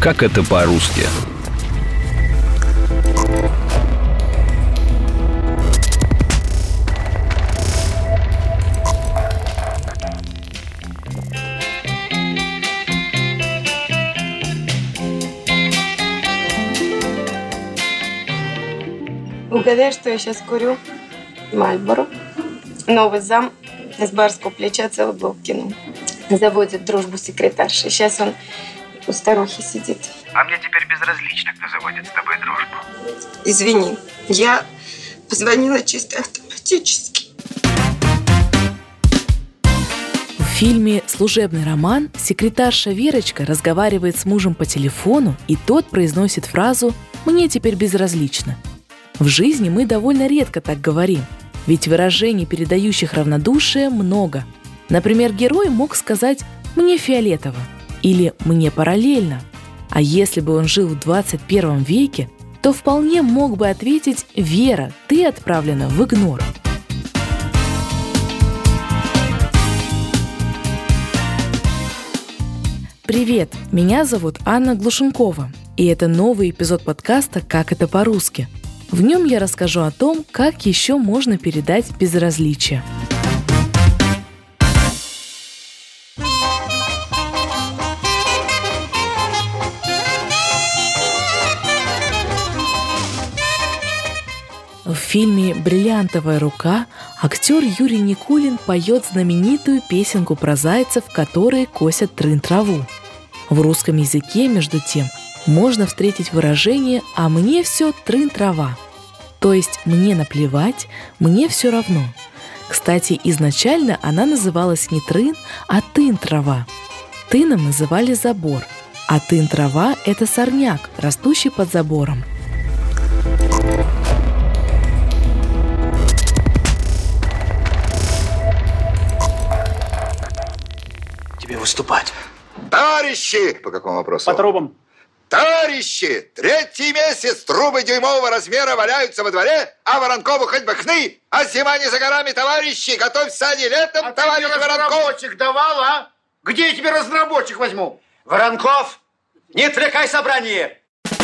Как это по-русски? Угадай, что я сейчас курю? Мальборо. Новый зам с барского плеча целый блок кинул. Заводит дружбу секретарши. Сейчас он у старухи сидит. А мне теперь безразлично, кто заводит с тобой дружбу. Извини, я позвонила чисто автоматически. В фильме «Служебный роман» секретарша Верочка разговаривает с мужем по телефону, и тот произносит фразу «мне теперь безразлично». В жизни мы довольно редко так говорим, ведь выражений, передающих равнодушие, много. Например, герой мог сказать «мне фиолетово» или «мне параллельно». А если бы он жил в 21 веке, то вполне мог бы ответить «Вера, ты отправлена в игнор». Привет, меня зовут Анна Глушенкова, и это новый эпизод подкаста «Как это по-русски». В нем я расскажу о том, как еще можно передать безразличие. В фильме «Бриллиантовая рука» актер Юрий Никулин поет знаменитую песенку про зайцев, которые косят трын-траву. В русском языке, между тем, можно встретить выражение «а мне все трын-трава». То есть «мне наплевать, мне все равно». Кстати, изначально она называлась не трын, а тын-трава. Тыном называли забор, а тын-трава – это сорняк, растущий под забором. Тебе выступать. Товарищи! По какому вопросу? По трубам. Товарищи! Третий месяц трубы дюймового размера валяются во дворе, а Воронкову хоть бы хны! А зима не за горами, товарищи! Готовь сани летом, товарищ Воронков! Разнорабочих давал, а? Где я тебе разнорабочих возьму? Воронков, не отвлекай собрание!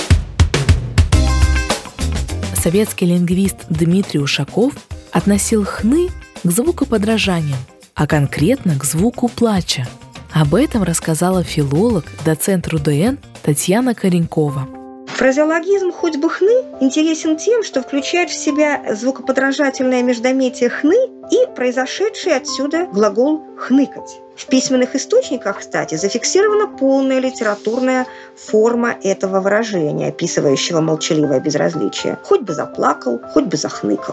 Советский лингвист Дмитрий Ушаков относил хны к звукоподражаниям, а конкретно к звуку плача. Об этом рассказала филолог, доцент РУДН Татьяна Коренькова. Фразеологизм «хоть бы хны» интересен тем, что включает в себя звукоподражательное междометие «хны» и произошедший отсюда глагол «хныкать». В письменных источниках, кстати, зафиксирована полная литературная форма этого выражения, описывающего молчаливое безразличие. Хоть бы заплакал, хоть бы захныкал.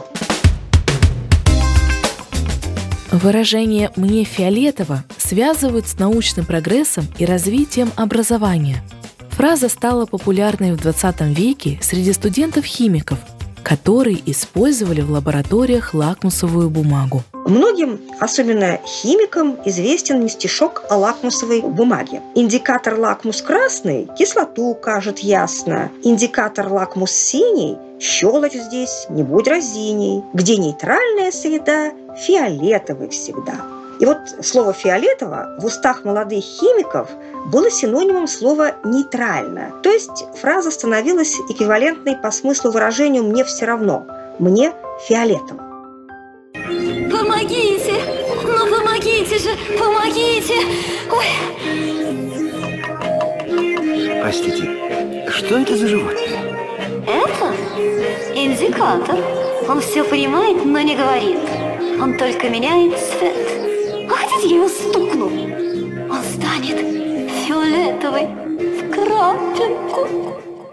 Выражение «мне фиолетово» связывают с научным прогрессом и развитием образования. Фраза стала популярной в 20 веке среди студентов-химиков, которые использовали в лабораториях лакмусовую бумагу. Многим, особенно химикам, известен стишок о лакмусовой бумаге. Индикатор лакмус красный кислоту укажет ясно. Индикатор лакмус синий щелочь здесь, не будь разиней. Где нейтральная среда, фиолетовый всегда. И вот слово «фиолетово» в устах молодых химиков было синонимом слова «нейтрально». То есть фраза становилась эквивалентной по смыслу выражению «мне все равно», «мне фиолетово». Помогите! Ну помогите же! Помогите! Ой! Простите, что это за животное? Это индикатор. Он все понимает, но не говорит. Он только меняет цвет. А хотите, я его стукну? Он станет фиолетовый в крапинку.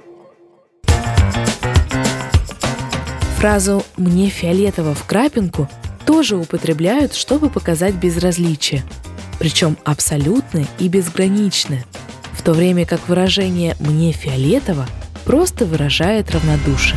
Фразу «мне фиолетово в крапинку» тоже употребляют, чтобы показать безразличие, причем абсолютное и безграничное, в то время как выражение «мне фиолетово» просто выражает равнодушие.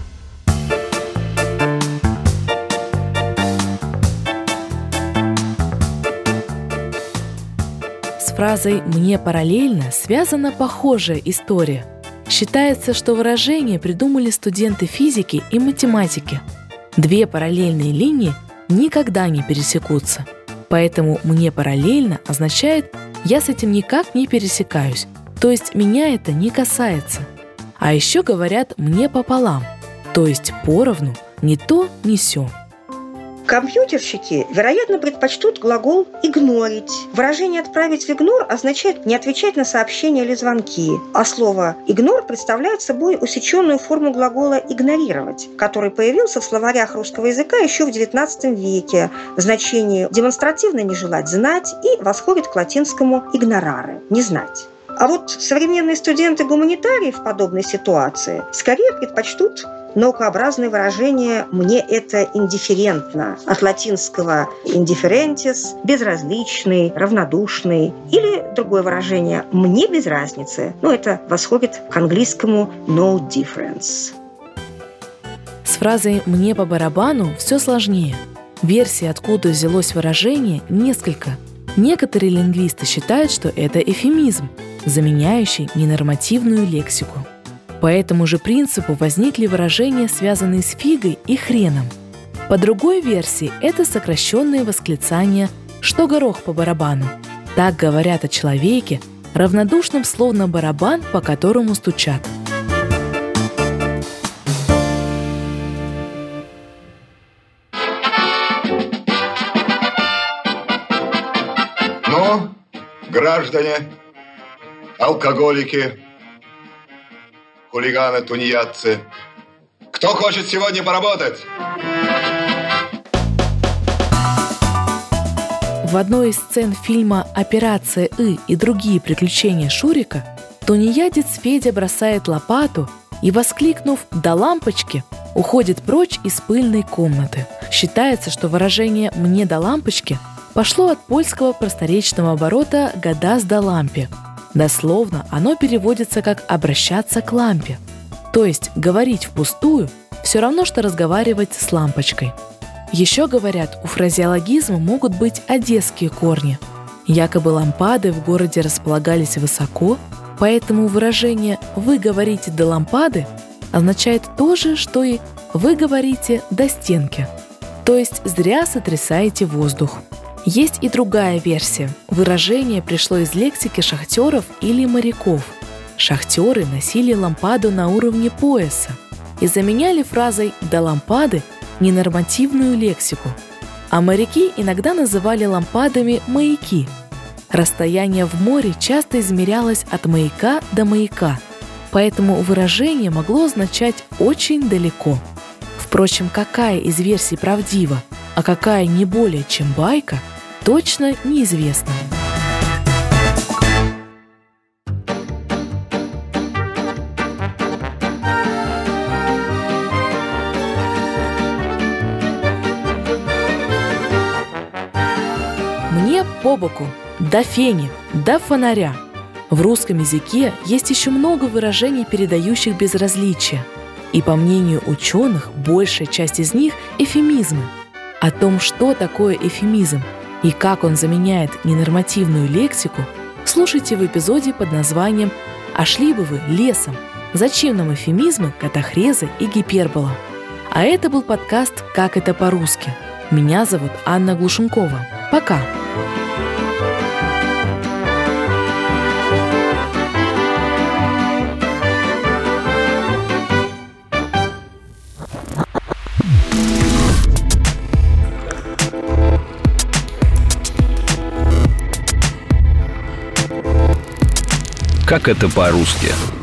С фразой «мне параллельно» связана похожая история. Считается, что выражение придумали студенты физики и математики. Две параллельные линии никогда не пересекутся. Поэтому «мне параллельно» означает «я с этим никак не пересекаюсь». то есть меня это не касается. А еще говорят «мне пополам», то есть поровну, ни то, ни сё. Компьютерщики, вероятно, предпочтут глагол «игнорить». Выражение «отправить в игнор» означает не отвечать на сообщения или звонки, а слово «игнор» представляет собой усеченную форму глагола «игнорировать», который появился в словарях русского языка еще в XIX веке в значении демонстративно не желать знать и восходит к латинскому «игнораре» – «не знать». А вот современные студенты-гуманитарии в подобной ситуации скорее предпочтут наукообразное выражение «мне это индифферентно» от латинского «indifferentis» – «безразличный», «равнодушный», или другое выражение «мне без разницы», это восходит к английскому «no difference». С фразой «мне по барабану» все сложнее. Версий, откуда взялось выражение, несколько. Некоторые лингвисты считают, что это эвфемизм, заменяющий ненормативную лексику. По этому же принципу возникли выражения, связанные с фигой и хреном. По другой версии, это сокращенное восклицание «что горох по барабану». Так говорят о человеке, равнодушном словно барабан, по которому стучат. Ну, граждане, алкоголики, хулиганы, тунеядцы. Кто хочет сегодня поработать? В одной из сцен фильма «Операция И» и другие приключения Шурика тунеядец Федя бросает лопату и, воскликнув «до лампочки», уходит прочь из пыльной комнаты. Считается, что выражение «мне до лампочки» пошло от польского просторечного оборота «гадас до лампе». Дословно оно переводится как «обращаться к лампе». То есть говорить впустую все равно, что разговаривать с лампочкой. Еще говорят, у фразеологизма могут быть одесские корни. Якобы лампады в городе располагались высоко, поэтому выражение «вы говорите до лампады» означает то же, что и «вы говорите до стенки». То есть зря сотрясаете воздух. Есть и другая версия. Выражение пришло из лексики шахтеров или моряков. Шахтеры носили лампаду на уровне пояса и заменяли фразой «до лампады» ненормативную лексику. А моряки иногда называли лампадами маяки. Расстояние в море часто измерялось от маяка до маяка, поэтому выражение могло означать «очень далеко». Впрочем, какая из версий правдива, а какая не более чем байка, точно неизвестно. Мне по боку, до фени, до фонаря. В русском языке есть еще много выражений, передающих безразличие. И по мнению ученых, большая часть из них – эвфемизмы. О том, что такое эвфемизм и как он заменяет ненормативную лексику, слушайте в эпизоде под названием «А шли бы вы лесом? Зачем нам эвфемизмы, катахрезы и гипербола?». А это был подкаст «Как это по-русски». Меня зовут Анна Глушенкова. Пока! Как это по-русски?